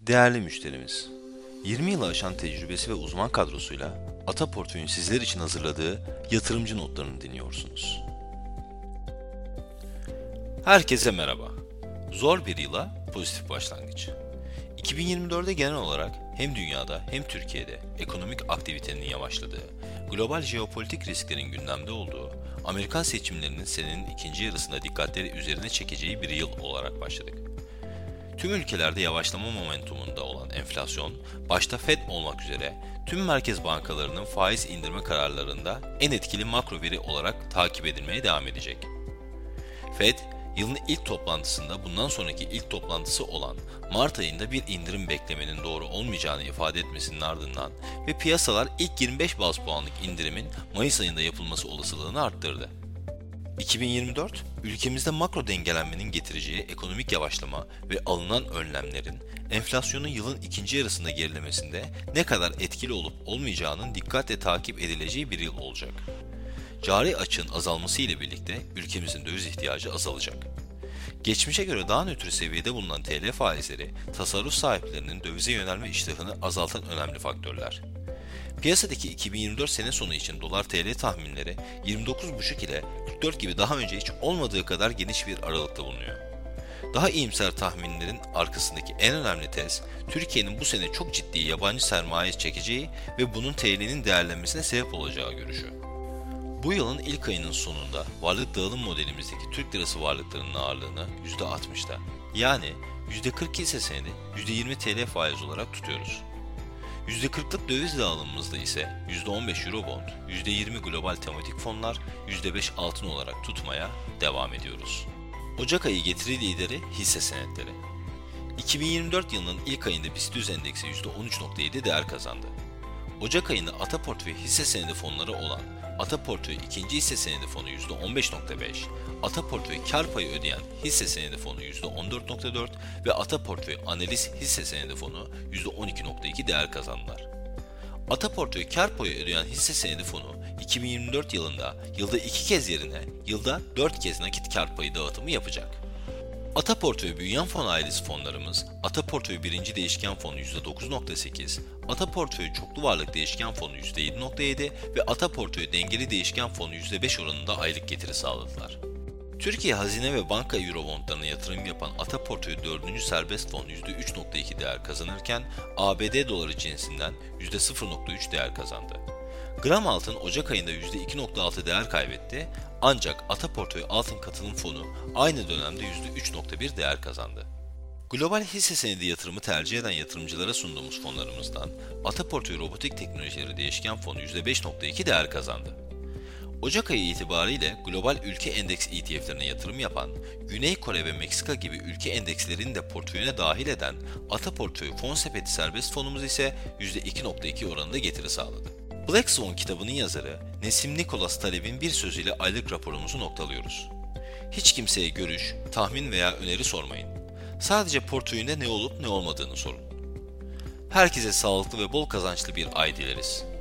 Değerli müşterimiz, 20 yılı aşan tecrübesi ve uzman kadrosuyla Ata Portföy'ün sizler için hazırladığı yatırımcı notlarını dinliyorsunuz. Herkese merhaba. Zor bir yıla pozitif başlangıç. 2024'de genel olarak hem dünyada hem Türkiye'de ekonomik aktivitenin yavaşladığı, global jeopolitik risklerin gündemde olduğu, Amerikan seçimlerinin senenin ikinci yarısında dikkatleri üzerine çekeceği bir yıl olarak başladık. Tüm ülkelerde yavaşlama momentumunda olan enflasyon, başta Fed olmak üzere tüm merkez bankalarının faiz indirme kararlarında en etkili makro veri olarak takip edilmeye devam edecek. Fed, yılın ilk toplantısında bundan sonraki ilk toplantısı olan Mart ayında bir indirim beklemenin doğru olmayacağını ifade etmesinin ardından ve piyasalar ilk 25 baz puanlık indirimin Mayıs ayında yapılması olasılığını arttırdı. 2024, ülkemizde makro dengelenmenin getireceği ekonomik yavaşlama ve alınan önlemlerin enflasyonun yılın ikinci yarısında gerilemesinde ne kadar etkili olup olmayacağının dikkatle takip edileceği bir yıl olacak. Cari açığın azalması ile birlikte ülkemizin döviz ihtiyacı azalacak. Geçmişe göre daha nötr seviyede bulunan TL faizleri, tasarruf sahiplerinin dövize yönelme iştahını azaltan önemli faktörler. Piyasadaki 2024 sene sonu için dolar TL tahminleri 29,5 ile 44 gibi daha önce hiç olmadığı kadar geniş bir aralıkta bulunuyor. Daha iyimser tahminlerin arkasındaki en önemli tez, Türkiye'nin bu sene çok ciddi yabancı sermaye çekeceği ve bunun TL'nin değerlenmesine sebep olacağı görüşü. Bu yılın ilk ayının sonunda varlık dağılım modelimizdeki Türk lirası varlıklarının ağırlığını %60'da, yani %40 hisse senedi, %20 TL faiz olarak tutuyoruz. %40'lık döviz dağılımımızda ise %15 Eurobond, %20 global tematik fonlar, %5 altın olarak tutmaya devam ediyoruz. Ocak ayı getiri lideri hisse senetleri. 2024 yılının ilk ayında BIST endeksi %13,7 değer kazandı. Ocak ayında Ata Portföy hisse senedi fonları olan Ata Portföy ikinci hisse senedi fonu %15,5, Ata Portföy kar payı ödeyen hisse senedi fonu %14,4 ve Ata Portföy analiz hisse senedi fonu %12,2 değer kazandılar. Ata Portföy kar payı ödeyen hisse senedi fonu 2024 yılında yılda 2 kez yerine yılda 4 kez nakit kar payı dağıtımı yapacak. Ata Portföy Büyüyen Fon ailesi fonlarımız, Ata Portföy Birinci Değişken Fonu %9,8, Ata Portföy Çoklu Varlık Değişken Fonu %7,7 ve Ata Portföy Dengeli Değişken Fonu %5 oranında aylık getiri sağladılar. Türkiye Hazine ve Banka Eurobondlarına yatırım yapan Ata Portföy 4. Serbest Fon %3,2 değer kazanırken ABD doları cinsinden %0,3 değer kazandı. Gram altın Ocak ayında %2,6 değer kaybetti, ancak Ata Portföy Altın Katılım Fonu aynı dönemde %3,1 değer kazandı. Global hisse senedi yatırımı tercih eden yatırımcılara sunduğumuz fonlarımızdan Ata Portföy Robotik Teknolojileri Değişken Fonu %5,2 değer kazandı. Ocak ayı itibariyle global ülke endeks ETF'lerine yatırım yapan, Güney Kore ve Meksika gibi ülke endekslerini de portföyüne dahil eden Ata Portföy Fon Sepeti Serbest Fonumuz ise %2,2 oranında getiri sağladı. Black Swan kitabının yazarı Nesim Nicholas Taleb'in bir sözüyle aylık raporumuzu noktalıyoruz. Hiç kimseye görüş, tahmin veya öneri sormayın. Sadece portföyünde ne olup ne olmadığını sorun. Herkese sağlıklı ve bol kazançlı bir ay dileriz.